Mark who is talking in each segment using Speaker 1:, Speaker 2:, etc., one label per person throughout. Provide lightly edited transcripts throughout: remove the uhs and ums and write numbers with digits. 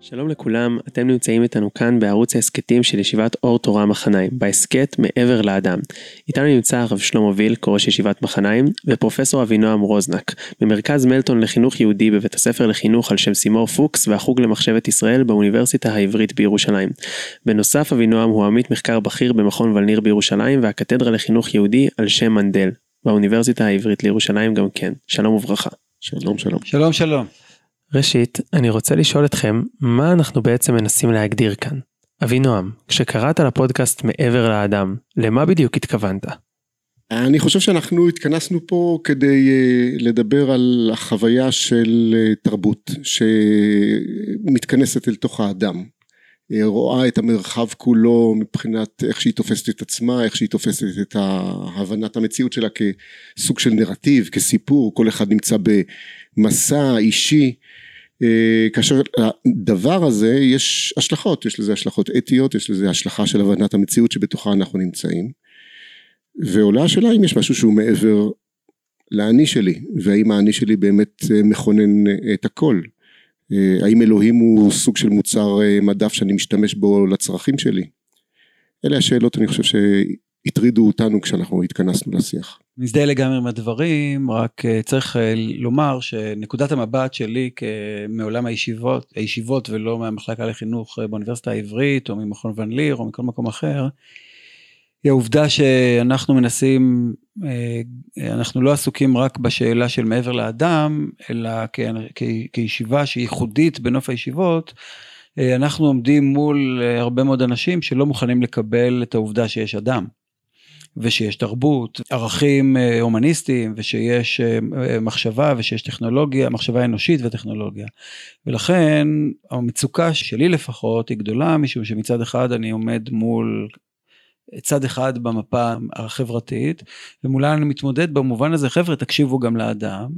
Speaker 1: שלום לכולם, אתם נמצאים איתנו כאן בערוץ ההסקטים של ישיבת אור תורה מחניים, בהסקט מעבר לאדם. איתנו נמצא הרב שלמה ויל, כראש ישיבת מחניים, ופרופסור אבינועם רוזנק, במרכז מלטון לחינוך יהודי בבית הספר לחינוך על שם סימור פוקס והחוג למחשבת ישראל באוניברסיטה העברית בירושלים. בנוסף, אבינועם הוא עמית מחקר בכיר במכון ולניר בירושלים והקתדרה לחינוך יהודי על שם מנדל, באוניברסיטה העברית לירושלים גם כן. שלום וברכה.
Speaker 2: שלום, שלום.
Speaker 3: שלום, שלום.
Speaker 1: ראשית, אני רוצה לשאול אתכם, מה אנחנו בעצם מנסים להגדיר כאן? אבינועם, כשקראת לפודקאסט מעבר לאדם, למה בדיוק התכוונת?
Speaker 2: אני חושב שאנחנו התכנסנו פה כדי לדבר על החוויה של תרבות, שמתכנסת אל תוך האדם. רואה את המרחב כולו מבחינת איך שהיא תופסת את עצמה, איך שהיא תופסת את הבנת המציאות שלה כסוג של נרטיב, כסיפור, כל אחד נמצא במסע אישי, כאשר הדבר הזה יש השלכות, יש לזה השלכות אתיות, יש לזה השלכה של הבנת המציאות שבתוכה אנחנו נמצאים, ועולה השאלה אם יש משהו שהוא מעבר לאני שלי, והאם האני שלי באמת מכונן את הכל, האם אלוהים הוא סוג של מוצר מדף שאני משתמש בו לצרכים שלי. אלה השאלות אני חושב שהטרידו אותנו כשאנחנו התכנסנו לשיח.
Speaker 3: מזדהה לגמרי עם הדברים, רק צריך לומר שנקודת המבט שלי מעולם הישיבות ולא מהמחלקה לחינוך באוניברסיטה העברית או ממכון ולניר או מכל מקום אחר, היא העובדה שאנחנו מנסים, אנחנו לא עסוקים רק בשאלה של מעבר לאדם, אלא כישיבה שהיא ייחודית בנוף הישיבות, אנחנו עומדים מול הרבה מאוד אנשים שלא מוכנים לקבל את העובדה שיש אדם, ושיש תרבות, ערכים הומניסטיים, ושיש מחשבה, ושיש טכנולוגיה, מחשבה אנושית וטכנולוגיה. ולכן המצוקה שלי לפחות היא גדולה, משום שמצד אחד אני עומד מול צד אחד במפה החברתית, ומולה אני מתמודד במובן הזה, חבר'ה, תקשיבו גם לאדם,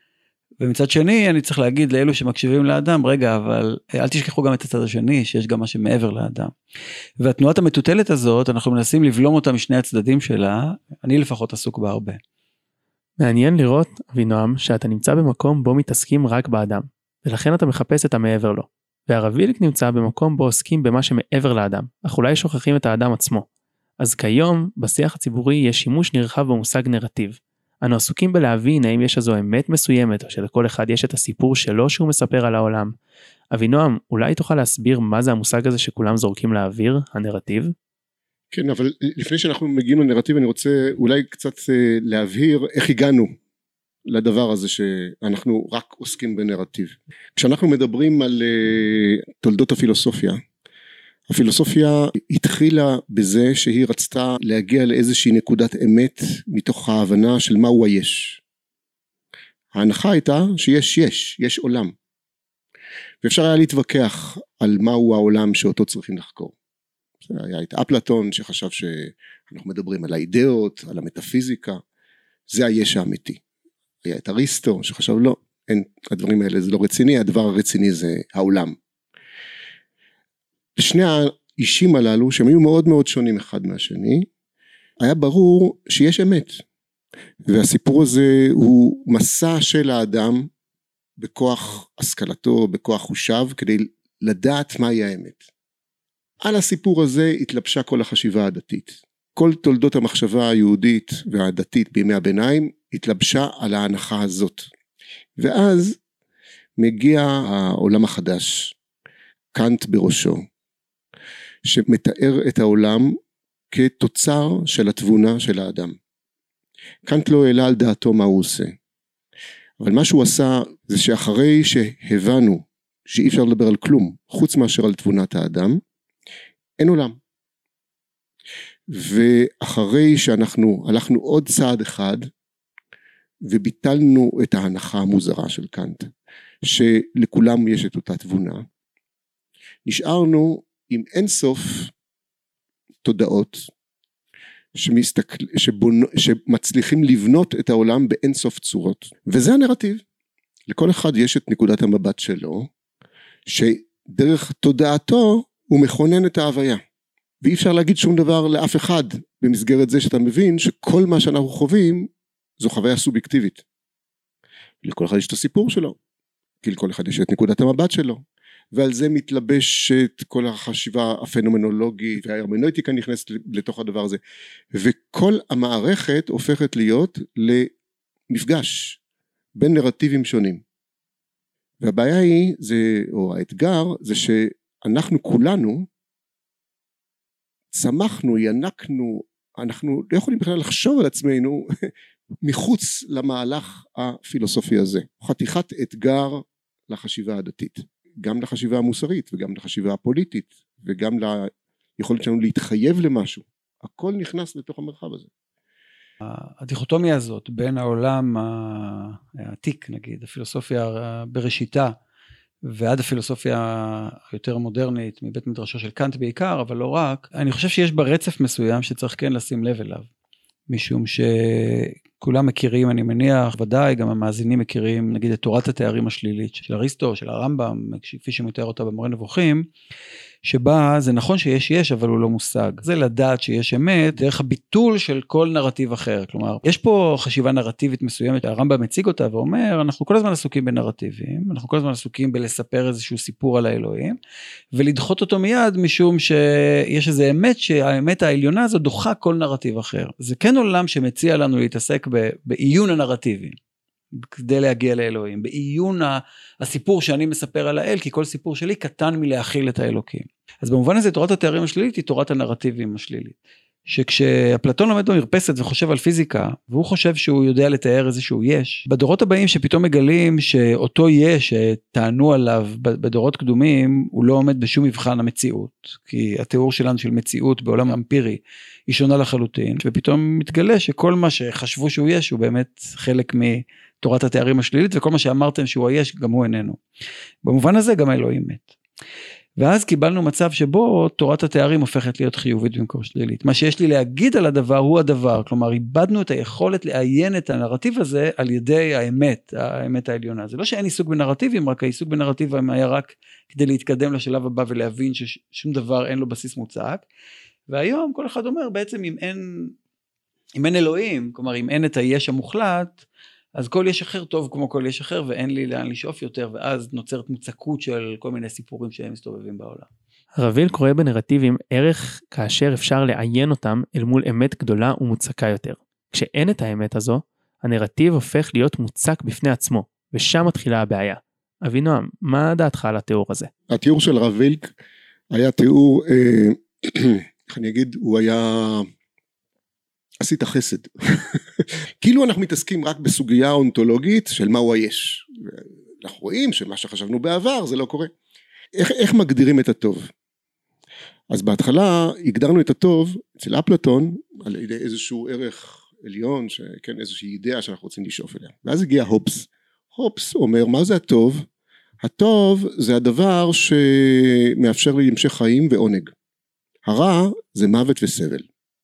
Speaker 3: ומצד שני אני צריך להגיד לאלו שמקשיבים לאדם, רגע, אבל אל תשכחו גם את הצד השני, שיש גם מה שמעבר לאדם. והתנועת המטוטלת הזאת, אנחנו מנסים לבלום אותה משני הצדדים שלה, אני לפחות עסוק בה הרבה.
Speaker 1: מעניין לראות, אבינועם, שאתה נמצא במקום בו מתעסקים רק באדם, ולכן אתה מחפש את המעבר לו. והרב וילק נמצא במקום בו עוסקים במה שמעבר לאדם, אך אולי שוכחים את האדם עצמו. אז כיום, בשיח הציבורי יש שימוש נרחב במושג נרטיב. אנו עסוקים בלהבין האם יש איזו אמת מסוימת, או שלכל אחד יש את הסיפור שלו שהוא מספר על העולם. אבינועם, אולי תוכל להסביר מה זה המושג הזה שכולם זורקים לאוויר, הנרטיב?
Speaker 2: כן, אבל לפני שאנחנו מגיעים לנרטיב, אני רוצה אולי קצת להבהיר איך הגענו לדבר הזה שאנחנו רק עוסקים בנרטיב. כשאנחנו מדברים על תולדות הפילוסופיה, הפילוסופיה התחילה בזה שהיא רצתה להגיע לאיזושהי נקודת אמת מתוך ההבנה של מהו היש. ההנחה הייתה שיש עולם. ואפשר היה להתווכח על מהו העולם שאותו צריכים לחקור. היה את אפלטון שחשב שאנחנו מדברים על האידאות, על המטאפיזיקה, זה היש האמיתי. היה את אריסטו שחשב לא, הדברים האלה זה לא רציני, הדבר הרציני זה העולם. שני האישים הללו, שהם היו מאוד מאוד שונים אחד מהשני, היה ברור שיש אמת. והסיפור הזה הוא מסע של האדם, בכוח השכלתו, בכוח חושיו, כדי לדעת מהי האמת. על הסיפור הזה התלבשה כל החשיבה הדתית. כל תולדות המחשבה היהודית והדתית בימי הביניים, התלבשה על ההנחה הזאת. ואז מגיע העולם החדש, קאנט בראשו, שמתאר את העולם כתוצר של התבונה של האדם. קאנט לא העלה על דעתו מה הוא עושה. אבל מה שהוא עשה זה שאחרי שהבנו שאי אפשר לדבר על כלום, חוץ מאשר על תבונת האדם, אין עולם. ואחרי שאנחנו הלכנו עוד צעד אחד, וביטלנו את ההנחה המוזרה של קאנט, שלכולם יש את אותה תבונה, נשארנו עם אינסוף תודעות שמצליחים לבנות את העולם באינסוף צורות, וזה הנרטיב. לכל אחד יש את נקודת המבט שלו, שדרך תודעתו הוא מכונן את ההוויה, ואי אפשר להגיד שום דבר לאף אחד במסגרת זה שאתה מבין שכל מה שאנחנו חווים זו חוויה סובייקטיבית. לכל אחד יש את הסיפור שלו, כי לכל אחד יש את נקודת המבט שלו, ועל זה מתלבשת כל החשיבה הפנומנולוגית, וההרמנוטיקה נכנסת לתוך הדבר הזה, וכל המערכת הופכת להיות למפגש בין נרטיבים שונים. והבעיה היא, או האתגר, זה שאנחנו כולנו צמחנו, ינקנו, אנחנו לא יכולים בכלל לחשוב על עצמנו מחוץ למהלך הפילוסופי הזה. חתיכת אתגר לחשיבה הדתית, גם לחשיבה המוסרית וגם לחשיבה הפוליטית וגם ליכולת שלנו להתחייב למשהו. הכל נכנס לתוך המרחב הזה.
Speaker 3: הדיכוטומיה הזאת בין העולם העתיק, נגיד, הפילוסופיה בראשיתה, ועד הפילוסופיה היותר מודרנית, מבית מדרשו של קאנט בעיקר, אבל לא רק, אני חושב שיש בה רצף מסוים שצריך כן לשים לב אליו, משום שכולם מכירים, אני מניח, ודאי, גם המאזינים מכירים, נגיד, את תורת התארים השלילית של אריסטו, של הרמב"ם, כפי שמתאר אותה במורה נבוכים, שבה זה נכון שיש, אבל הוא לא מושג. זה לדעת שיש אמת, דרך הביטול של כל נרטיב אחר. כלומר, יש פה חשיבה נרטיבית מסוימת, הרמב"ם מציג אותה ואומר, אנחנו כל הזמן עסוקים בנרטיבים, אנחנו כל הזמן עסוקים בלספר איזשהו סיפור על האלוהים, ולדחות אותו מיד, משום שיש איזו אמת, שהאמת העליונה הזו דוחה כל נרטיב אחר. זה כן עולם שמציע לנו להתעסק בעיון הנרטיבים. כדי להגיע לאלוהים, בעיון הסיפור שאני מספר על האל, כי כל סיפור שלי קטן מלהכיל את האלוקים. אז במובן הזה, תורת התארים השלילית היא תורת הנרטיבים השלילית. שכשאפלטון לומד במרפסת וחושב על פיזיקה, והוא חושב שהוא יודע לתאר איזשהו יש, בדורות הבאים שפתאום מגלים שאותו יש שטענו עליו בדורות קדומים, הוא לא עומד בשום מבחן המציאות, כי התיאור שלנו של מציאות בעולם האמפירי היא שונה לחלוטין, ופתאום מתגלה שכל מה שחשבו שהוא יש, הוא באמת חלק מתורת התארים השלילית, וכל מה שאמרתם שהוא היש, גם הוא איננו. במובן הזה גם האלוהים מת. ואז קיבלנו מצב שבו תורת התארים הופכת להיות חיובית במקום שלילית. מה שיש לי להגיד על הדבר הוא הדבר, כלומר איבדנו את היכולת לעיין את הנרטיב הזה על ידי האמת העליונה. זה לא שאין עיסוק בנרטיבים, רק העיסוק בנרטיבים היה רק כדי להתקדם לשלב הבא ולהבין ששום דבר אין לו בסיס מוצק. והיום כל אחד אומר בעצם אם אין אלוהים, כלומר אם אין את היש המוחלט, אז כל יש אחר טוב כמו כל יש אחר, ואין לי לאן לשאוף יותר, ואז נוצרת מוצקות של כל מיני סיפורים שהם מסתובבים בעולם.
Speaker 1: רביל קורא בנרטיבים ערך כאשר אפשר לעיין אותם אל מול אמת גדולה ומוצקה יותר. כשאין את האמת הזו, הנרטיב הופך להיות מוצק בפני עצמו, ושם מתחילה הבעיה. אבינועם, מה דעתך על התיאור הזה?
Speaker 2: התיאור של רביל היה תיאור, איך אני אגיד, הוא היה עשית חסד. כאילו אנחנו מתעסקים רק בסוגיה אונתולוגית של מהו היש. אנחנו רואים שמה שחשבנו בעבר זה לא קורה. איך מגדירים את הטוב? אז בהתחלה הגדרנו את הטוב אצל אפלטון על ידי איזשהו ערך עליון, כן, איזושהי אידאה שאנחנו רוצים לשאוף אליה. ואז הגיע הופס. הופס אומר מה זה הטוב? הטוב זה הדבר שמאפשר לי המשך חיים ועונג. הרע זה מוות וסבל.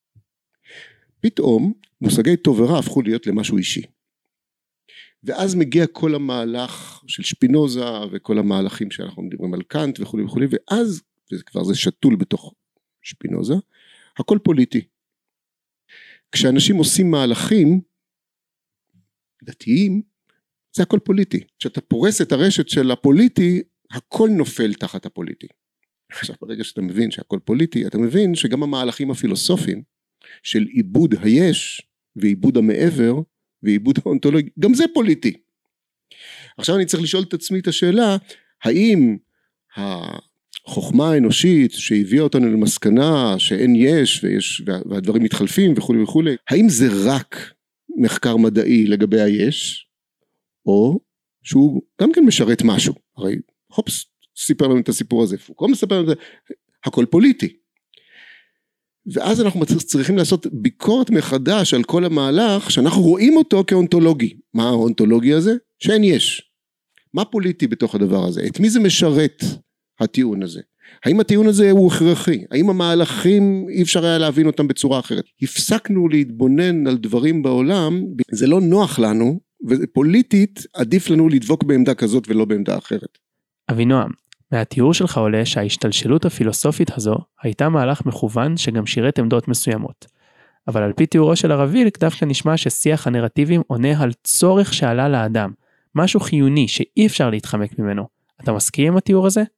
Speaker 2: פתאום מושגי טוב ורע הפכו להיות למשהו אישי. ואז מגיע כל המהלך של שפינוזה וכל המהלכים שאנחנו מדברים על קאנט וכו' וכו', ואז, וכבר זה שתול בתוך שפינוזה, הכל פוליטי. כשאנשים עושים מהלכים דתיים, זה הכל פוליטי. כשאתה פורס את הרשת של הפוליטי, הכל נופל תחת הפוליטי. עכשיו ברגע שאתה מבין שהכל פוליטי, אתה מבין שגם המהלכים הפילוסופיים, של עיבוד היש ועיבוד המעבר ועיבוד האונתולוגי, גם זה פוליטי. עכשיו אני צריך לשאול את עצמי את השאלה, האם החוכמה האנושית שהביאה אותנו למסקנה שאין יש והדברים מתחלפים וכו' וכו', האם זה רק מחקר מדעי לגבי היש, או שהוא גם כן משרת משהו? הרי הופס סיפר לנו את הסיפור הזה, פוקו מספר לנו את זה, הכל פוליטי. ואז אנחנו צריכים לעשות ביקורת מחדש על כל המהלך שאנחנו רואים אותו כאונתולוגי. מה האונתולוגי הזה? שאין יש. מה פוליטי בתוך הדבר הזה? את מי זה משרת הטיעון הזה? האם הטיעון הזה הוא הכרחי? האם המהלכים אי אפשר היה להבין אותם בצורה אחרת? הפסקנו להתבונן על דברים בעולם, זה לא נוח לנו, ופוליטית עדיף לנו לדבוק בעמדה כזאת ולא בעמדה אחרת.
Speaker 1: אבינועם, מהתיאור שלך עולה שההשתלשלות הפילוסופית הזו הייתה מהלך מכוון שגם שירת עמדות מסוימות. אבל על פי תיאורו של הרביל, דווקא נשמע ששיח הנרטיבים עונה על צורך שעלה לאדם, משהו חיוני שאי אפשר להתחמק ממנו. אתה מסכים עם התיאור הזה?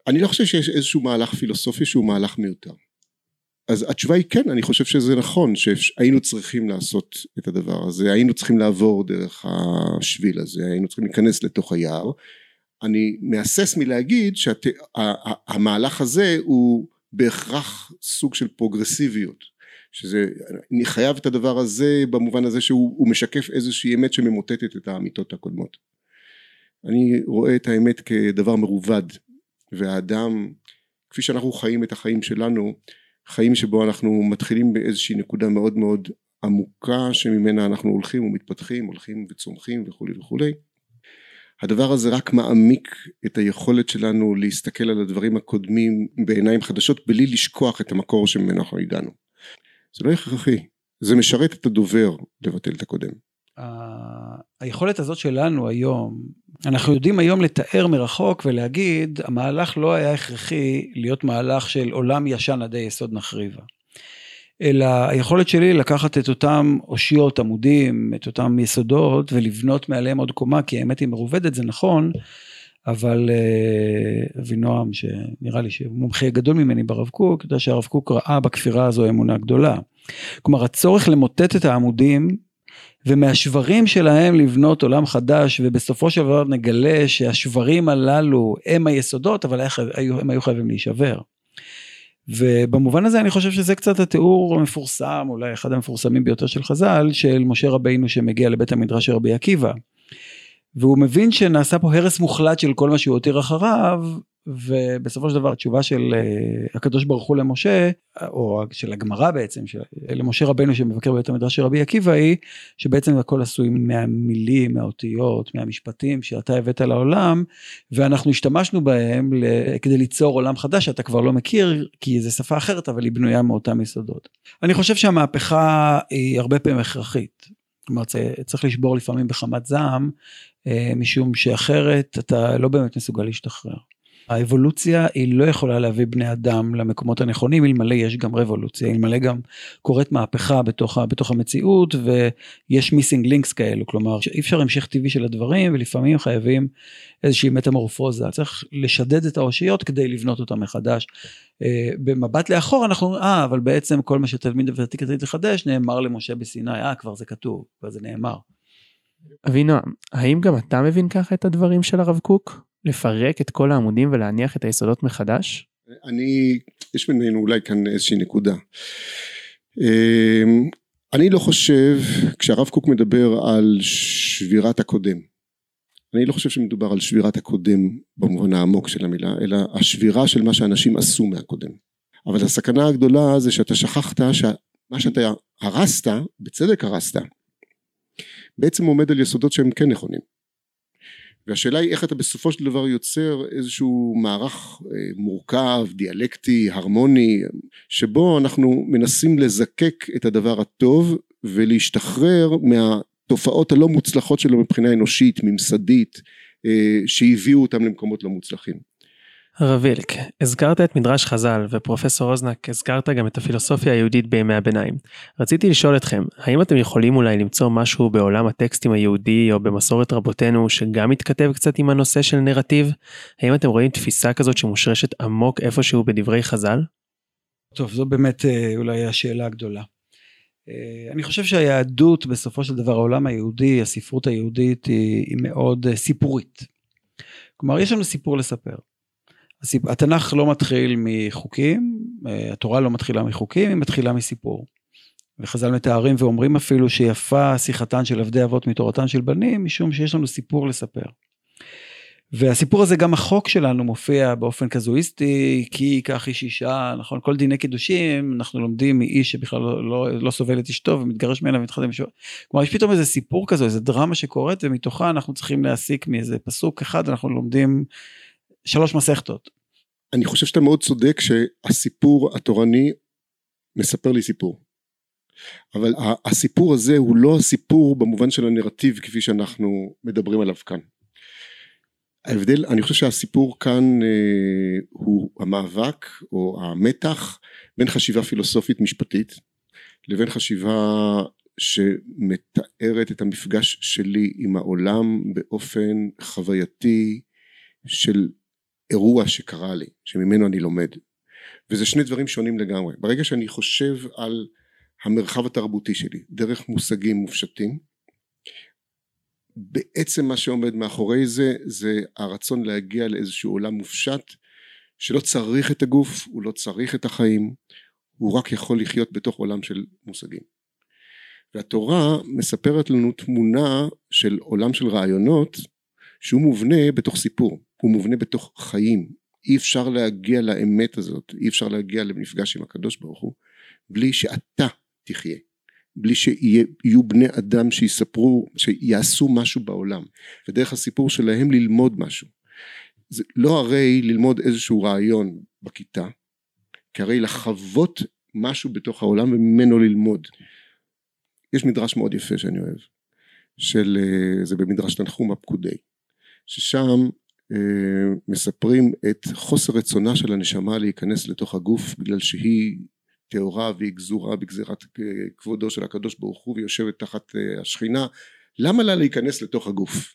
Speaker 2: אני לא חושב שיש איזשהו מהלך פילוסופי שהוא מהלך מיותר. אז התשובה היא כן, אני חושב שזה נכון, שהיינו צריכים לעשות את הדבר הזה, היינו צריכים לעבור דרך השביל הזה, היינו צריכים להיכנס לתוך היער. אני מאסס מלהגיד שהמהלך הזה הוא בהכרח סוג של פרוגרסיביות, שזה, אני חייב את הדבר הזה במובן הזה שהוא משקף איזושהי אמת שממוטטת את האמיתות הקודמות. אני רואה את האמת כדבר מרובד, והאדם, כפי שאנחנו חיים את החיים שלנו, חיים שבו אנחנו מתחילים באיזושהי נקודה מאוד מאוד עמוקה, שממנה אנחנו הולכים ומתפתחים, הולכים וצומחים וכו' וכו'. הדבר הזה רק מעמיק את היכולת שלנו להסתכל על הדברים הקודמים בעיניים חדשות, בלי לשכוח את המקור שממנו אנחנו הגענו. זה לא הכרחי, זה משרת את הדובר לבטל את הקודם.
Speaker 3: היכולת הזאת שלנו היום, אנחנו יודעים היום לתאר מרחוק ולהגיד, המהלך לא היה הכרחי להיות מהלך של עולם ישן עדי יסוד נחריבה. אלא היכולת שלי לקחת את אותם אושיות, עמודים, את אותם יסודות, ולבנות מעליהם עוד קומה, כי האמת היא מרובדת, זה נכון, אבל אבינועם, שנראה לי שמומחה גדול ממני ברב קוק, יודע שהרב קוק ראה בכפירה הזו אמונה גדולה. כלומר, הצורך למוטט את העמודים, ומהשברים שלהם לבנות עולם חדש, ובסופו של דבר נגלה שהשברים הללו הם היסודות, אבל הם היו חייבים להישבר. ובמובן הזה אני חושב שזה קצת התיאור המפורסם, אולי אחד המפורסמים ביותר של חז"ל, של משה רבינו שמגיע לבית המדרש של רבי עקיבא, והוא מבין שנעשה פה הרס מוחלט של כל מה שהוא הותיר אחריו, ובסופו של דבר התשובה של הקדוש ברוך הוא למשה, או של הגמרא בעצם, למשה רבינו שמבקר בבית המדרש של רבי עקיבא, היא שבעצם הכל עשוי מהמילים, מהאותיות, מהמשפטים שאתה הבאת לעולם, ואנחנו השתמשנו בהם כדי ליצור עולם חדש שאתה כבר לא מכיר, כי זו שפה אחרת, אבל היא בנויה מאותם יסודות. אני חושב שהמהפכה היא הרבה פעמים הכרחית, כלומר צריך לשבור לפעמים בחמת זעם, משום שאחרת אתה לא באמת מסוגל להשתחרר. האבולוציה היא לא יכולה להביא בני אדם למקומות הנכונים, אלמלא יש גם רבולוציה, אלמלא גם קורית מהפכה בתוך המציאות, ויש מיסינג לינקס כאלו, כלומר אי אפשר המשך טבעי של הדברים, ולפעמים חייבים איזושהי מטמורפוזה, צריך לשדד את האושיות כדי לבנות אותם מחדש. במבט לאחור אנחנו, אבל בעצם כל מה שתלמיד ותיק לחדש, נאמר למשה בסיני, כבר זה כתוב, וזה נאמר.
Speaker 1: אבינועם, האם גם אתה מבין ככה את הדברים של הרב קוק? לפרק את כל העמודים ולהניח את היסודות מחדש?
Speaker 2: יש בינינו אולי כאן איזושהי נקודה. אני לא חושב, כשהרב קוק מדבר על שבירת הקודם, אני לא חושב שמדובר על שבירת הקודם במובן העמוק של המילה, אלא השבירה של מה שאנשים עשו מהקודם. אבל הסכנה הגדולה זה שאתה שכחת שמה שאתה הרסת, בצדק הרסת, בעצם עומד על יסודות שהם כן נכונים. והשאלה היא איך אתה בסופו של דבר יוצר איזשהו מערך מורכב, דיאלקטי, הרמוני, שבו אנחנו מנסים לזקק את הדבר הטוב, ולהשתחרר מהתופעות הלא מוצלחות שלו מבחינה אנושית, ממסדית, שהביאו אותם למקומות לא מוצלחים.
Speaker 1: הרב וילק, הזכרת את מדרש חז"ל, ופרופסור רוזנק, הזכרת גם את הפילוסופיה היהודית בימי הביניים. רציתי לשאול אתכם, האם אתם יכולים אולי למצוא משהו בעולם הטקסטים היהודי, או במסורת רבותינו, שגם מתכתב קצת עם הנושא של נרטיב? האם אתם רואים תפיסה כזאת שמושרשת עמוק איפשהו בדברי חז"ל?
Speaker 3: טוב, זו באמת אולי השאלה הגדולה. אני חושב שהיהדות, בסופו של דבר, העולם היהודי, הספרות היהודית, היא מאוד סיפורית. כלומר, יש לנו סיפור לספר. התנ"ך לא מתחיל מחוקים, התורה לא מתחילה מחוקים, היא מתחילה מסיפור. וחז"ל מתארים ואומרים אפילו שיפה שיחתן של עבדי אבות מתורתן של בנים, משום שיש לנו סיפור לספר. והסיפור הזה גם החוק שלנו מופיע באופן קזואיסטי, כי כך איש אישה, נכון, כל דיני קידושים, אנחנו לומדים מאיש שבכלל לא סובל את אשתו, ומתגרש ממנה ומתחתן משהו. כלומר, יש פתאום איזה סיפור כזו, איזה דרמה שקורית, ומתוכה אנחנו צריכים להסיק מאיזה פסוק אחד, אנחנו לומדים 3 מסכתות.
Speaker 2: אני חושב שאתה מאוד צודק שהסיפור התורני מספר לי סיפור. אבל הסיפור הזה הוא לא הסיפור במובן של הנרטיב כפי שאנחנו מדברים עליו כאן. ההבדל, אני חושב שהסיפור כאן הוא המאבק או המתח בין חשיבה פילוסופית משפטית לבין חשיבה שמתארת את המפגש שלי עם העולם באופן חווייתי של אירוע שקרה לי, שממנו אני לומד. וזה שני דברים שונים לגמרי. ברגע שאני חושב על המרחב התרבותי שלי, דרך מושגים מופשטים, בעצם מה שעומד מאחורי זה, זה הרצון להגיע לאיזשהו עולם מופשט, שלא צריך את הגוף, הוא לא צריך את החיים, הוא רק יכול לחיות בתוך עולם של מושגים. והתורה מספרת לנו תמונה של עולם של רעיונות, שהוא מובנה בתוך סיפור, הוא מובנה בתוך חיים. אי אפשר להגיע לאמת הזאת, אי אפשר להגיע למפגש עם הקדוש ברוך הוא, בלי שאתה תחיה, בלי שיהיו בני אדם שיספרו, שיעשו משהו בעולם, ודרך הסיפור שלהם ללמוד משהו. זה לא הרי ללמוד איזשהו רעיון בכיתה, כי הרי לחוות משהו בתוך העולם וממנו ללמוד. יש מדרש מאוד יפה שאני אוהב, זה במדרש תנחום הפקודי, ששם מספרים את חוסר רצונה של הנשמה להיכנס לתוך הגוף, בגלל שהיא טהורה והיא גזורה בגזירת כבודו של הקדוש ברוך הוא, ויושבת תחת השכינה. למה לה להיכנס לתוך הגוף?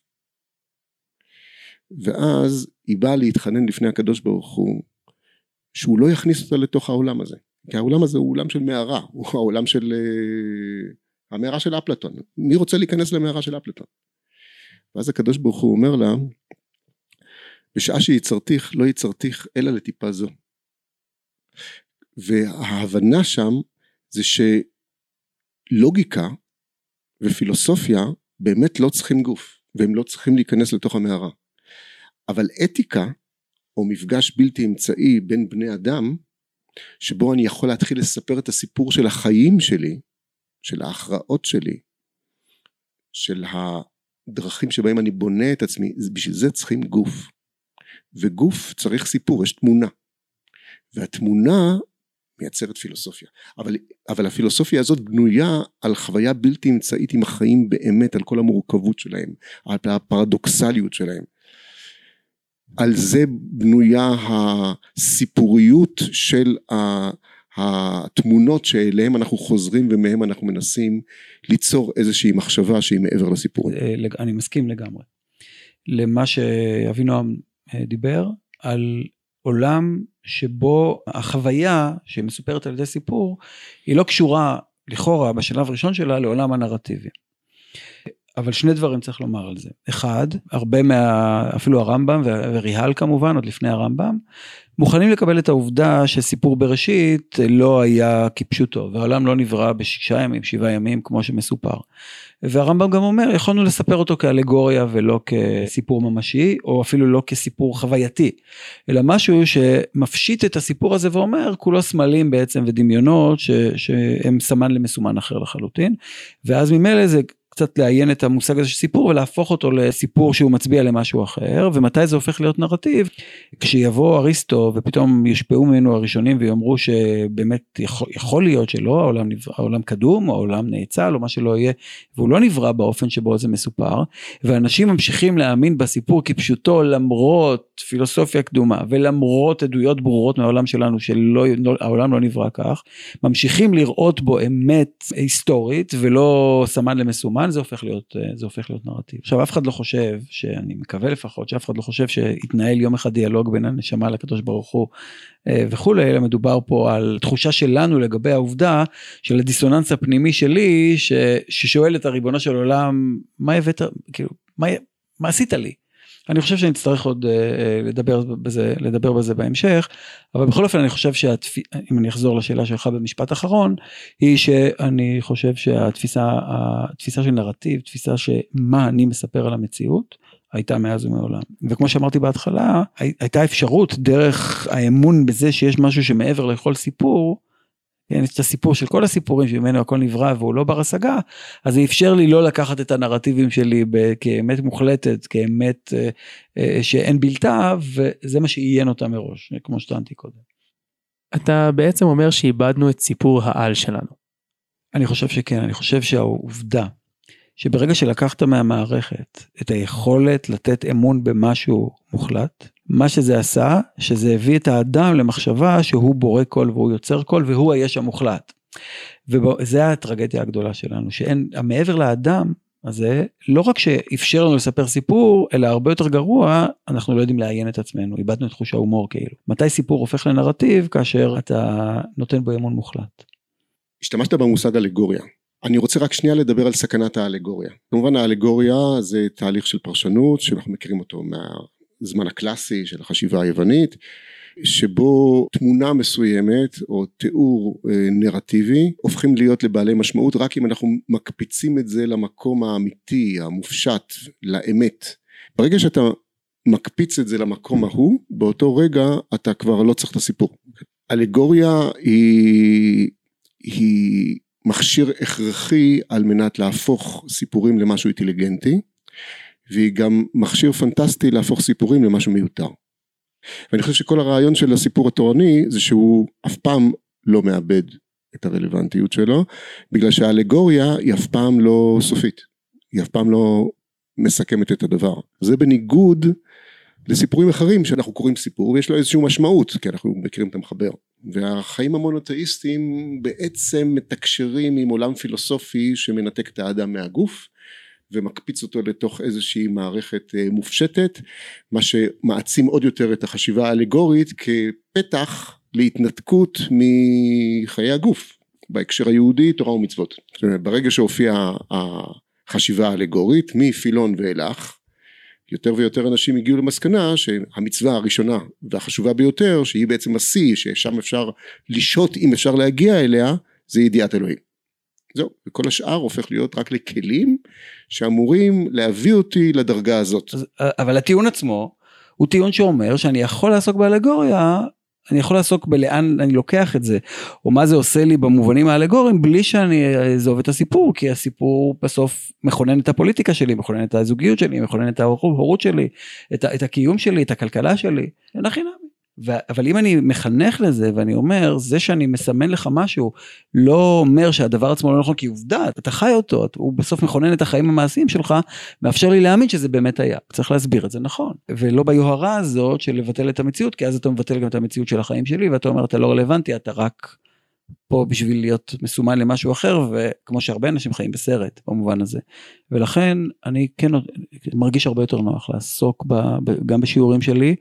Speaker 2: ואז היא באה להתחנן לפני הקדוש ברוך הוא, שהוא לא יכניס אותה לתוך העולם הזה, כי העולם הזה הוא עולם של מערה, הוא העולם של המערה של אפלטון. מי רוצה להיכנס למערה של אפלטון? ואז הקדוש ברוך הוא אומר לה, בשעה שיצרתיך לא יצרתיך אלא לטיפה זו. וההבנה שם זה שלוגיקה ופילוסופיה באמת לא צריכים גוף, והם לא צריכים להיכנס לתוך המערה. אבל אתיקה או מפגש בלתי אמצעי בין בני אדם, שבו אני יכול להתחיל לספר את הסיפור של החיים שלי, של ההכרעות שלי, של הדרכים שבהם אני בונה את עצמי, בשביל זה צריכים גוף. וגוף צריך סיפור, יש תמונה. והתמונה מייצרת פילוסופיה. אבל הפילוסופיה הזאת בנויה על חוויה בלתי אמצעית עם החיים באמת, על כל המורכבות שלהם, על הפרדוקסליות שלהם. על זה בנויה הסיפוריות של התמונות שאליהם אנחנו חוזרים ומהם אנחנו מנסים ליצור איזושהי מחשבה שהיא מעבר לסיפורים.
Speaker 3: אני מסכים לגמרי. למה שאבינועם דיבר על עולם שבו החוויה שמסופרת על ידי סיפור היא לא קשורה לכאורה בשלב הראשון שלה לעולם הנרטיבי. אבל שני דברים צריך לומר על זה. אחד, הרבה אפילו הרמב"ם וריהל כמובן, עוד לפני הרמב"ם, מוכנים לקבל את העובדה שסיפור בראשית לא היה כפשוטו, והעולם לא נברא ב6 ימים, 7 ימים, כמו שמסופר. והרמב"ם גם אומר, יכולנו לספר אותו כאלגוריה ולא כסיפור ממשי, או אפילו לא כסיפור חווייתי, אלא משהו שמפשיט את הסיפור הזה ואומר, כולו סמלים בעצם ודמיונות, שהם סמן למסומן אחר לחלוטין, ואז ממילא זה קצת לעיין את המושג הזה של סיפור, ולהפוך אותו לסיפור שהוא מצביע למשהו אחר, ומתי זה הופך להיות נרטיב? כשיבוא אריסטו, ופתאום יושפעו ממנו הראשונים, ויאמרו שבאמת יכול להיות שלא, העולם קדום, או העולם נאצל, או מה שלא יהיה, והוא לא נברא באופן שבו זה מסופר, ואנשים ממשיכים להאמין בסיפור כפשוטו, למרות פילוסופיה קדומה, ולמרות עדויות ברורות מהעולם שלנו, שהעולם לא נברא כך, ממשיכים לראות בו אמת היסטורית, ולא סמן למסומן, זה הופך להיות נרטיב. עכשיו, אף אחד לא חושב, שאני מקווה לפחות, שאף אחד לא חושב שיתנהל יום אחד דיאלוג בין הנשמה לקדוש ברוך הוא וכולי, אלא מדובר פה על תחושה שלנו לגבי העובדה של הדיסוננס הפנימי שלי, ששואל את הריבונו של עולם, מה הבאת, כאילו, מה עשית לי? אני חושב שנצטרך עוד לדבר בזה בהמשך, אבל בכל אופן אני חושב אם אני אחזור לשאלה שלך במשפט אחרון, היא שאני חושב שהתפיסה של נרטיב, תפיסה שמה אני מספר על המציאות, הייתה מאז ומעולם. וכמו שאמרתי בהתחלה, הייתה אפשרות דרך האמון בזה שיש משהו שמעבר לכל סיפור, יש את הסיפור של כל הסיפורים שממנו הכל נברא והוא לא בר השגה, אז זה אפשר לי לא לקחת את הנרטיבים שלי כאמת מוחלטת, כאמת שאין בלתה, וזה מה שעיין אותה מראש, כמו שטענתי קודם.
Speaker 1: אתה בעצם אומר שאיבדנו את סיפור העל שלנו.
Speaker 3: אני חושב שכן, אני חושב שהעובדה, שברגע שלקחת מהמערכת את היכולת לתת אמון במשהו מוחלט, מה שזה עשה, שזה הביא את האדם למחשבה שהוא בורא כל והוא יוצר כל והוא היש המוחלט. וזה הטרגדיה הגדולה שלנו, שאין, מעבר לאדם, הזה, לא רק שאפשר לנו לספר סיפור, אלא הרבה יותר גרוע, אנחנו לא יודעים לעיין את עצמנו, איבדנו את חוש ההומור כאילו. מתי סיפור הופך לנרטיב, כאשר אתה נותן בו אמון מוחלט?
Speaker 2: השתמשת במושג אלגוריה. אני רוצה רק שנייה לדבר על סכנת האלגוריה. כמובן האלגוריה זה תהליך של פרשנות, שאנחנו מכירים אותו מהזמן הקלאסי של החשיבה היוונית, שבו תמונה מסוימת או תיאור נרטיבי הופכים להיות לבעלי משמעות רק אם אנחנו מקפיצים את זה למקום האמיתי, המופשט, לאמת. ברגע שאתה מקפיץ את זה למקום ההוא, באותו רגע אתה כבר לא צריך את הסיפור. אלגוריה היא מכשיר הכרחי על מנת להפוך סיפורים למשהו אינטליגנטי, והיא גם מכשיר פנטסטי להפוך סיפורים למשהו מיותר. ואני חושב שכל הרעיון של הסיפור התורני זה שהוא אף פעם לא מאבד את הרלוונטיות שלו, בגלל שהאלגוריה היא אף פעם לא סופית, היא אף פעם לא מסכמת את הדבר. זה בניגוד לסיפורים אחרים שאנחנו קוראים סיפור ויש לו איזושהי משמעות, כי אנחנו מכירים את המחבר. והחיים המונותאיסטיים בעצם מתקשרים עם עולם פילוסופי שמנתק את האדם מהגוף, ומקפיץ אותו לתוך איזושהי מערכת מופשטת, מה שמעצים עוד יותר את החשיבה האלגורית כפתח להתנתקות מחיי הגוף, בהקשר היהודי תורה ומצוות. ברגע שהופיעה החשיבה האלגורית מפילון ואילך, יותר ויותר אנשים הגיעו למסקנה שהמצווה הראשונה והחשובה ביותר, שהיא בעצם השיא, ששם אפשר לשהות אם אפשר להגיע אליה, זה ידיעת אלוהים. זהו, וכל השאר הופך להיות רק לכלים שאמורים להביא אותי לדרגה הזאת.
Speaker 3: אבל הטיעון עצמו הוא טיעון שאומר שאני יכול לעסוק באלגוריה, אני יכול לעסוק בלאן אני לוקח את זה, או מה זה עושה לי במובנים האלגוריים, בלי שאני אעזוב את הסיפור, כי הסיפור בסוף מכונן את הפוליטיקה שלי, מכונן את הזוגיות שלי, מכונן את ההורות שלי, את הקיום שלי, את הכלכלה שלי, אין הכי נמי. אבל אם אני מחנך לזה ואני אומר, זה שאני מסמן לך משהו, לא אומר שהדבר עצמו לא נכון, כי עובדה, אתה חי אותו, הוא בסוף מכונן את החיים המעשיים שלך, מאפשר לי להאמין שזה באמת היה, צריך להסביר את זה נכון, ולא ביוהרה הזאת של לבטל את המציאות, כי אז אתה מבטל גם את המציאות של החיים שלי, ואתה אומר, אתה לא רלוונטי, אתה רק פה בשביל להיות מסומן למשהו אחר, וכמו שהרבה אנשים חיים בסרט, במובן הזה, ולכן אני כן מרגיש הרבה יותר נוח לעסוק גם בשיעורים שלי,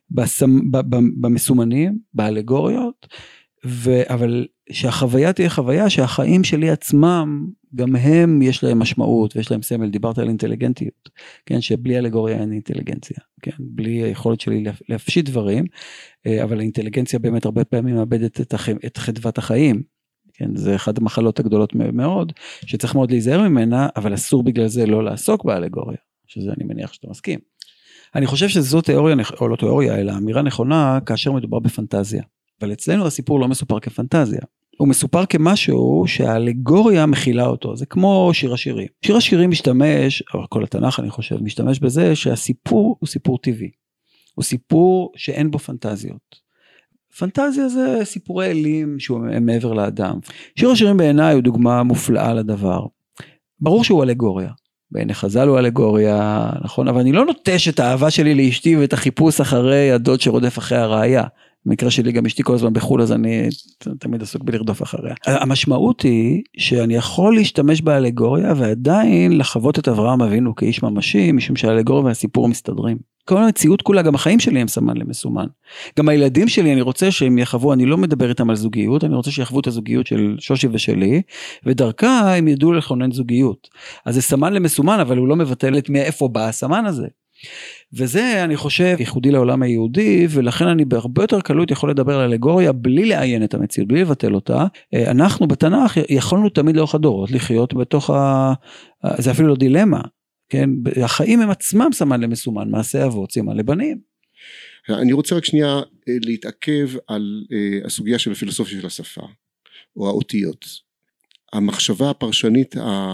Speaker 3: במסומנים, באלגוריות, אבל שהחוויה תהיה חוויה שהחיים שלי עצמם, גם הם יש להם משמעות, ויש להם סמל, דיברת על אינטליגנטיות, כן, שבלי אלגוריה אין אינטליגנציה, כן, בלי היכולת שלי להפשיט דברים, אבל האינטליגנציה באמת הרבה פעמים מאבדת את חדוות החיים, כן, זה אחד המחלות הגדולות מאוד, שצריך מאוד להיזהר ממנה, אבל אסור בגלל זה לא לעסוק באלגוריה, שזה אני מניח שאתה מסכים. אני חושב שזו תיאוריה, או לא תיאוריה, אלא אמירה נכונה, כאשר מדובר בפנטזיה. אבל אצלנו הסיפור לא מסופר כפנטזיה. הוא מסופר כמשהו שהאלגוריה מכילה אותו. זה כמו שיר השירים. שיר השירים משתמש, או כל התנ"ך אני חושב, משתמש בזה שהסיפור הוא סיפור טבעי. הוא סיפור שאין בו פנטזיות. פנטזיה זה סיפורי אלים שהוא מעבר לאדם. שיר השירים בעיניי הוא דוגמה מופלאה לדבר. ברור שהוא אלגוריה. בעיני חז"ל הוא אלגוריה, נכון? אבל אני לא נוטש את האהבה שלי לאשתי ואת החיפוש אחרי הדוד שרודף אחרי הראיה. במקרה שלי גם אשתי כל הזמן בחול, אז אני תמיד עסוק בלרדוף אחריה. המשמעות היא שאני יכול להשתמש באלגוריה ועדיין לחוות את אברהם אבינו כאיש ממשי, משום שהאלגוריה והסיפור מסתדרים. כל המציאות כולה, גם החיים שלי הם סמן למסומן. גם הילדים שלי, אני רוצה שהם יחוו, אני לא מדבר איתם על זוגיות, אני רוצה שיחוו את הזוגיות של שושי ושלי, ודרכה הם ידעו לכונן זוגיות. אז זה סמן למסומן, אבל הוא לא מבטל את מאיפה בא הסמן הזה. וזה אני חושב ייחודי לעולם היהודי, ולכן אני בהרבה יותר קלות יכול לדבר על אלגוריה בלי לעיין את המציאות, בלי לבטל אותה. אנחנו בתנ"ך יכולנו תמיד לאורך הדורות לחיות בתוך זה אפילו לא דילמה, כן? החיים הם עצמם סמן למסומן, מעשה אבות, סימן לבנים.
Speaker 2: אני רוצה רק שנייה להתעכב על הסוגיה של הפילוסופיה של השפה, או האותיות. המחשבה הפרשנית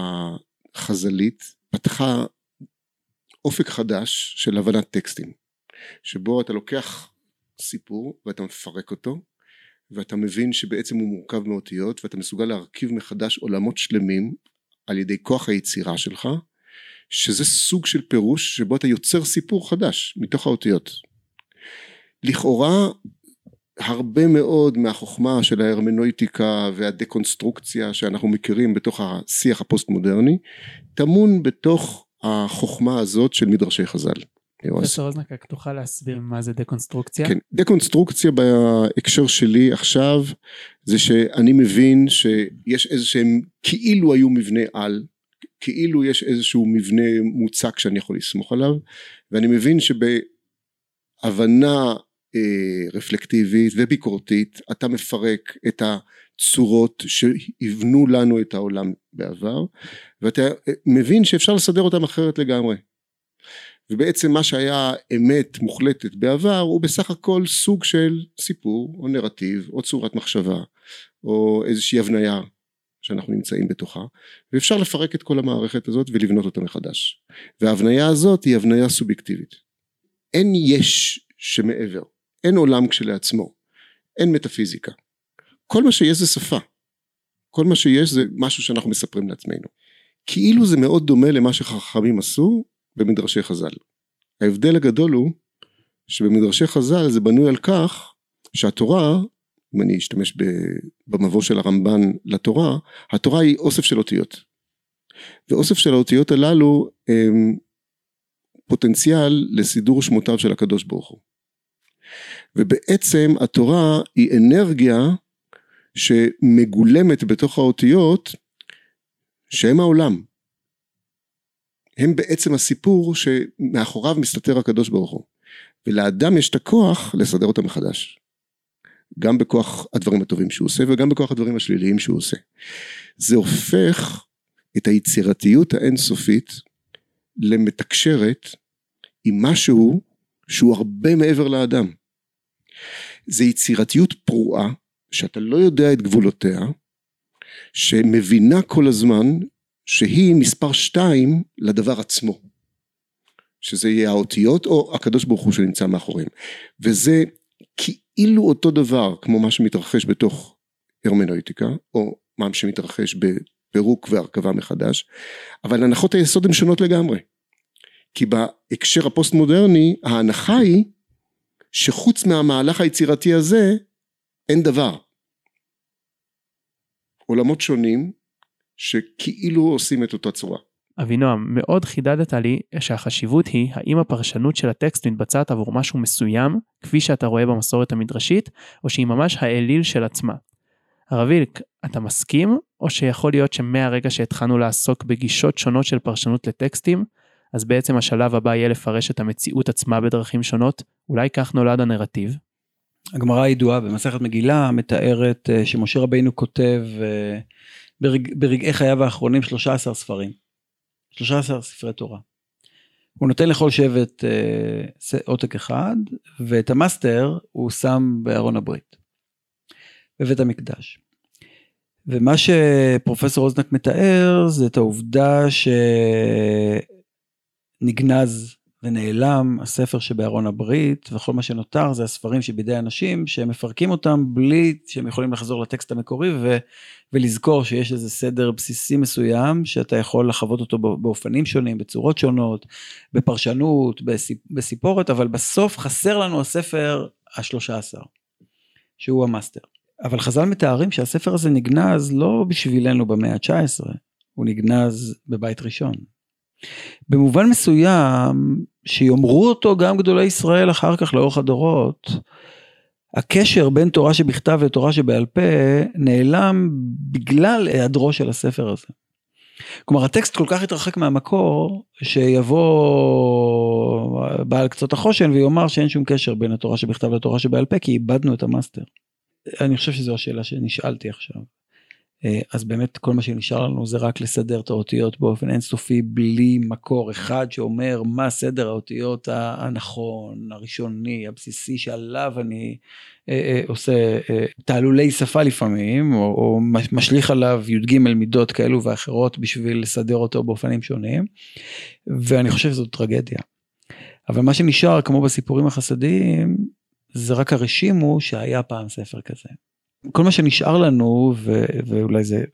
Speaker 2: החז"לית פתחה אופק חדש של הבנת טקסטים, שבו אתה לוקח סיפור ואתה מפרק אותו, ואתה מבין שבעצם הוא מורכב מאותיות, ואתה מסוגל להרכיב מחדש עולמות שלמים על ידי כוח היצירה שלך, שזה סוג של פירוש שבו אתה יוצר סיפור חדש מתוך האותיות. לכאורה הרבה מאוד מהחוכמה של ההרמנויטיקה והדקונסטרוקציה שאנחנו מכירים בתוך השיח הפוסט מודרני, טמון בתוך החוכמה הזאת של מדרשי חז"ל.
Speaker 1: פרופסור רוזנק, רק תוכל להסביר מה זה דקונסטרוקציה?
Speaker 2: כן, דקונסטרוקציה בהקשר שלי עכשיו, זה שאני מבין שיש איזשהם, כאילו היו מבנה על, כאילו יש איזשהו מבנה מוצק שאני יכול לסמוך עליו, ואני מבין שבהבנה רפלקטיבית וביקורתית, אתה מפרק את הצורות שהבנו לנו את העולם בעבר, ואתה מבין שאפשר לסדר אותם אחרת לגמרי. ובעצם מה שהיה אמת מוחלטת בעבר, הוא בסך הכל סוג של סיפור, או נרטיב, או צורת מחשבה, או איזושהי הבניה שאנחנו נמצאים בתוכה, ואפשר לפרק את כל המערכת הזאת ולבנות אותה מחדש. וההבניה הזאת היא הבניה סובייקטיבית. אין יש שמעבר, אין עולם כשלעצמו, אין מטאפיזיקה. כל מה שיש זה שפה, כל מה שיש זה משהו שאנחנו מספרים לעצמנו. כאילו זה מאוד דומה למה שחכמים עשו במדרשי חז"ל. ההבדל הגדול הוא שבמדרשי חז"ל זה בנוי על כך שהתורה, אם אני אשתמש במבוא של הרמב"ן לתורה, התורה היא אוסף של אותיות. ואוסף של האותיות הללו הם פוטנציאל לסידור שמותיו של הקדוש ברוך הוא. ובעצם התורה היא אנרגיה שמגולמת בתוך האותיות שהם העולם. הם בעצם הסיפור שמאחוריו מסתתר הקדוש ברוך הוא. ולאדם יש את הכוח לסדר אותה מחדש. גם בכוח הדברים הטובים שהוא עושה, וגם בכוח הדברים השליליים שהוא עושה. זה הופך את היצירתיות האינסופית למתקשרת עם משהו שהוא הרבה מעבר לאדם. זה יצירתיות פרועה, שאתה לא יודע את גבולותיה, שמבינה כל הזמן שהיא מספר 2 לדבר עצמו. שזה יהיה האותיות או הקדוש ברוך הוא שנמצא מאחוריהם. וזה כאילו אותו דבר כמו מה שמתרחש בתוך הרמנויטיקה, או מה שמתרחש בפירוק והרכבה מחדש, אבל הנחות היסוד הן שונות לגמרי. כי בהקשר הפוסט מודרני, ההנחה היא שחוץ מהמהלך היצירתי הזה, אין דבר. עולמות שונים שכאילו עושים את אותה צורה.
Speaker 1: אבינועם, מאוד חידדת לי שהחשיבות היא האם הפרשנות של הטקסט מתבצעת עבור משהו מסוים, כפי שאתה רואה במסורת המדרשית, או שהיא ממש האליל של עצמה. הרב וילק, אתה מסכים, או שיכול להיות שמהרגע שהתחלנו לעסוק בגישות שונות של פרשנות לטקסטים, אז בעצם השלב הבא יהיה לפרש את המציאות עצמה בדרכים שונות, אולי כך נולד הנרטיב?
Speaker 3: הגמרא הידועה במסכת מגילה מתארת שמשה רבינו כותב ברגעי חייו האחרונים 13 ספרים. 13 ספרי תורה. הוא נותן לכל שבט עותק אחד, ואת המאסטר הוא שם בארון הברית, בבית המקדש. ומה שפרופסור רוזנק מתאר, זה את העובדה שנגנז ונעלם הספר שבארון הברית, וכל מה שנותר זה הספרים שבידי אנשים, שהם מפרקים אותם בלי שהם יכולים לחזור לטקסט המקורי, ולזכור שיש איזה סדר בסיסי מסוים, שאתה יכול לחוות אותו באופנים שונים, בצורות שונות, בפרשנות, בסיפורת, אבל בסוף חסר לנו הספר ה-13, שהוא המאסטר. אבל חז"ל מתארים שהספר הזה נגנז לא בשבילנו במאה ה-19, הוא נגנז בבית ראשון. במובן מסוים, שיאמרו אותו גם גדולי ישראל אחר כך לאורך הדורות, הקשר בין תורה שבכתב לתורה שבעל פה, נעלם בגלל היעדרו של הספר הזה. כלומר, הטקסט כל כך התרחק מהמקור, שיבוא בעל קצות החושן, ויאמר שאין שום קשר בין התורה שבכתב לתורה שבעל פה, כי איבדנו את המאסטר. אני חושב שזו השאלה שנשאלתי עכשיו. אז באמת כל מה שנשאר לנו זה רק לסדר את האותיות באופן אינסופי, בלי מקור אחד שאומר מה סדר האותיות הנכון, הראשוני, הבסיסי, שעליו אני עושה תעלולי שפה לפעמים, או משליך עליו י"ג מידות כאלו ואחרות, בשביל לסדר אותו באופנים שונים, ואני חושב שזאת טרגדיה. אבל מה שנשאר, כמו בסיפורים החסדיים, זה רק הרשימו שהיה פעם ספר כזה. כל מה שנשאר לנו, ואולי זה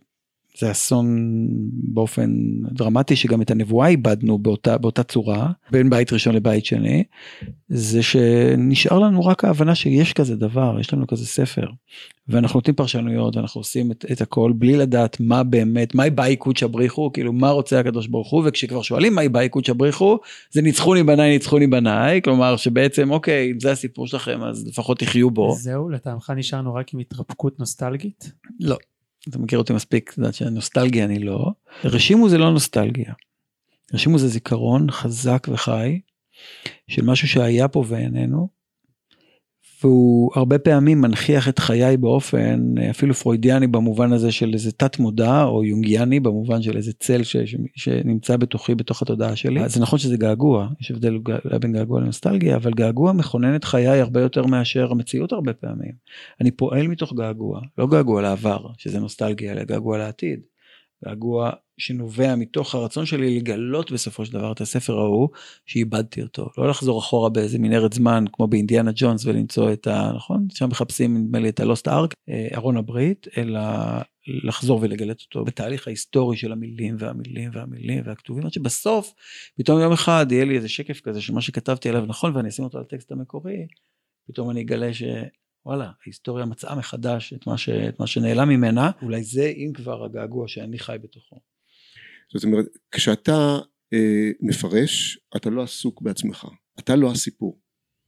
Speaker 3: זה אסון באופן דרמטי, שגם את הנבואה איבדנו באותה צורה, בין בית ראשון לבית שני, זה שנשאר לנו רק ההבנה שיש כזה דבר, יש לנו כזה ספר, ואנחנו נותנים פרשנויות, ואנחנו עושים את הכל, בלי לדעת מה באמת, מהי באי קודשא בריחו, כאילו מה רוצה הקדוש ברוך הוא, וכשכבר שואלים מהי באי קודשא בריחו, זה ניצחוני בניי, כלומר שבעצם, אוקיי, אם זה הסיפור שלכם, אז לפחות תחיו בו.
Speaker 4: זהו, לטעמך נשארנו רק עם התרפקות נוסטלגית?
Speaker 3: לא. אתה מכיר אותי מספיק, אתה יודעת שהנוסטלגיה אני לא. רשימו זה לא נוסטלגיה. רשימו זה זיכרון חזק וחי, של משהו שהיה פה ואיננו, והוא הרבה פעמים מנחיח את חיי באופן, אפילו פרוידיאני במובן הזה של איזה תת מודע, או יונגיאני במובן של איזה צל שנמצא בתוכי, בתוך התודעה שלי. אז זה נכון שזה געגוע, יש הבדל בין געגוע לנוסטלגיה, אבל געגוע מכונן את חיי הרבה יותר מאשר המציאות הרבה פעמים. אני פועל מתוך געגוע, לא געגוע לעבר, שזה נוסטלגיה, אלא געגוע לעתיד. געגוע שנובע מתוך הרצון שלי לגלות בסופו של דבר את הספר ההוא, שאיבדתי אותו. לא לחזור אחורה באיזה מנהרת זמן, כמו באינדיאנה ג'ונס, ולמצוא את נכון? שם מחפשים, נדמה לי, את הלוסט ארק, ארון הברית, אלא לחזור ולגלת אותו בתהליך ההיסטורי של המילים והמילים והמילים והכתובים, עד שבסוף, פתאום יום אחד יהיה לי איזה שקף כזה, שמה שכתבתי עליו נכון, ואני אשים אותו על הטקסט המקורי, פתאום אני אגלה וואלה, ההיסטוריה מצאה מחדש את מה שנעלם ממנה, אולי זה אם כבר הגעגוע שאני חי בתוכו.
Speaker 2: זאת אומרת, כשאתה מפרש, אתה לא עסוק בעצמך, אתה לא הסיפור.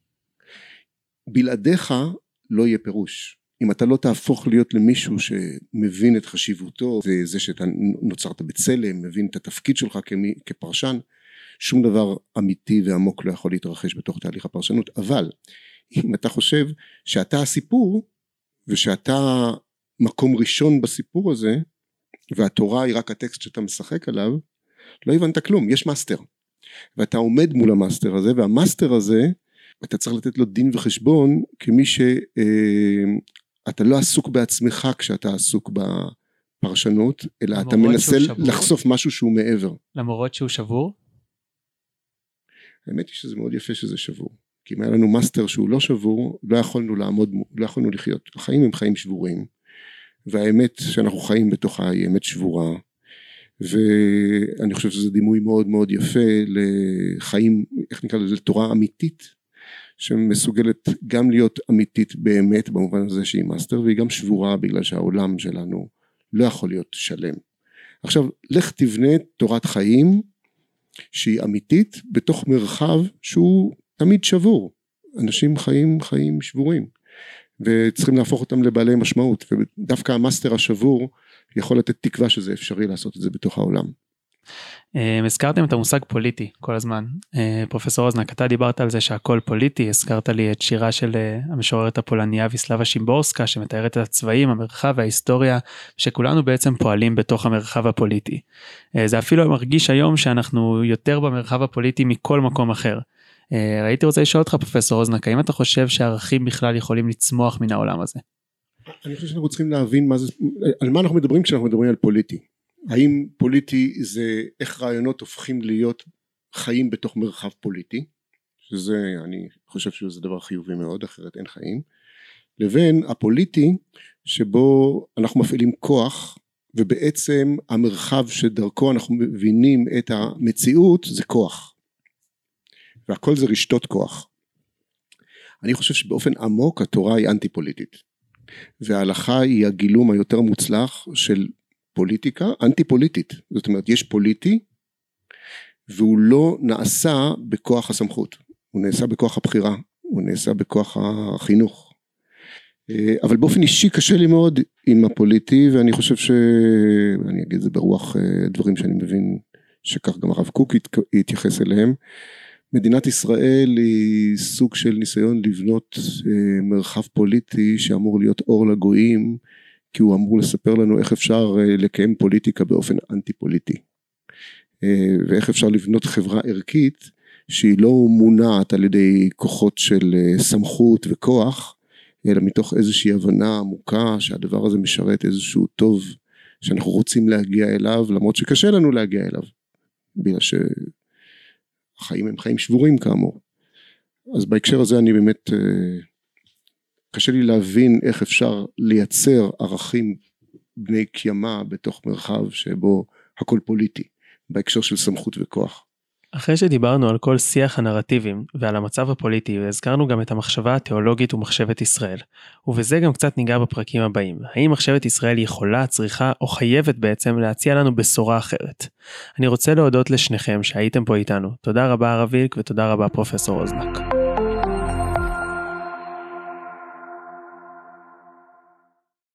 Speaker 2: בלעדיך לא יהיה פירוש. אם אתה לא תהפוך להיות למישהו שמבין את חשיבותו, וזה שאתה נוצרת בצלם, מבין את התפקיד שלך כפרשן, שום דבר אמיתי ועמוק לא יכול להתרחש בתוך תהליך הפרשנות, אבל אם אתה חושב שאתה הסיפור, ושאתה מקום ראשון בסיפור הזה, והתורה היא רק הטקסט שאתה משחק עליו, לא הבנת כלום, יש מאסטר. ואתה עומד מול המאסטר הזה, והמאסטר הזה, אתה צריך לתת לו דין וחשבון, כמי שאתה לא עסוק בעצמך, כשאתה עסוק בפרשנות, אלא אתה מנסה לחשוף משהו שהוא מעבר.
Speaker 4: למרות שהוא שבור?
Speaker 2: האמת היא שזה מאוד יפה שזה שבור. כי אם היה לנו מאסטר שהוא לא שבור, לא יכולנו לעמוד, לא יכולנו לחיות. החיים הם חיים שבורים, והאמת שאנחנו חיים בתוכה היא אמת שבורה, ואני חושב שזה דימוי מאוד מאוד יפה לחיים, איך נקרא לזה, לתורה אמיתית, שמסוגלת גם להיות אמיתית באמת, במובן הזה שהיא מאסטר, והיא גם שבורה בגלל שהעולם שלנו לא יכול להיות שלם. עכשיו, לך תבנה תורת חיים, שהיא אמיתית, בתוך מרחב שהוא תמיד שבור. אנשים חיים שבורים, וצריכים להפוך אותם לבעלי משמעות, ודווקא המאסטר השבור יכול לתת תקווה שזה אפשרי לעשות את זה בתוך העולם.
Speaker 4: הזכרתם את המושג פוליטי כל הזמן. פרופסור רוזנק, אתה דיברת על זה שהכל פוליטי, הזכרת לי את שירה של המשוררת הפולניה ויסלבה שימבורסקה, שמתארת את הצבעים, המרחב וההיסטוריה, שכולנו בעצם פועלים בתוך המרחב הפוליטי. זה אפילו מרגיש היום שאנחנו יותר במרחב הפוליטי מכל מקום אחר. הייתי רוצה לשאול אותך, פרופסור רוזנק, האם אתה חושב שהערכים בכלל יכולים לצמוח מן העולם הזה?
Speaker 2: אני חושב שאנחנו צריכים להבין על מה אנחנו מדברים כשאנחנו מדברים על פוליטי. האם פוליטי זה איך רעיונות הופכים להיות חיים בתוך מרחב פוליטי, שזה אני חושב שזה דבר חיובי מאוד, אחרת אין חיים, לבין הפוליטי שבו אנחנו מפעילים כוח, ובעצם המרחב שדרכו אנחנו מבינים את המציאות זה כוח, והכל זה רשתות כוח. אני חושב שבאופן עמוק התורה היא אנטי פוליטית, וההלכה היא הגילום היותר מוצלח של פוליטיקה אנטי פוליטית. זאת אומרת, יש פוליטי והוא לא נעשה בכוח הסמכות, הוא נעשה בכוח הבחירה, הוא נעשה בכוח החינוך. אבל באופן אישי קשה לי מאוד עם הפוליטי, ואני חושב אני אגיד את זה ברוח דברים שאני מבין שכך גם הרב קוק יתייחס אליהם. מדינת ישראל היא סוג של ניסיון לבנות מרחב פוליטי שאמור להיות אור לגויים, כי הוא אמור לספר לנו איך אפשר לקיים פוליטיקה באופן אנטי פוליטי, ואיך אפשר לבנות חברה ערכית שהיא לא מונעת על ידי כוחות של סמכות וכוח, אלא מתוך איזושהי הבנה עמוקה שהדבר הזה משרת איזשהו טוב שאנחנו רוצים להגיע אליו, למרות שקשה לנו להגיע אליו, בגלל שהחיים הם חיים שבורים כאמור. אז בהקשר הזה אני באמת קשה לי להבין איך אפשר לייצר ערכים בני קיימה בתוך מרחב שבו הכל פוליטי, בהקשר של סמכות וכוח.
Speaker 1: אחרי שדיברנו על כל שיח הנרטיבים ועל המצב הפוליטי, והזכרנו גם את המחשבה התיאולוגית ומחשבת ישראל. ובזה גם קצת ניגע בפרקים הבאים. האם מחשבת ישראל יכולה, צריכה או חייבת בעצם להציע לנו בשורה אחרת? אני רוצה להודות לשניכם שהייתם פה איתנו. תודה רבה הרב וילק ותודה רבה פרופסור רוזנק.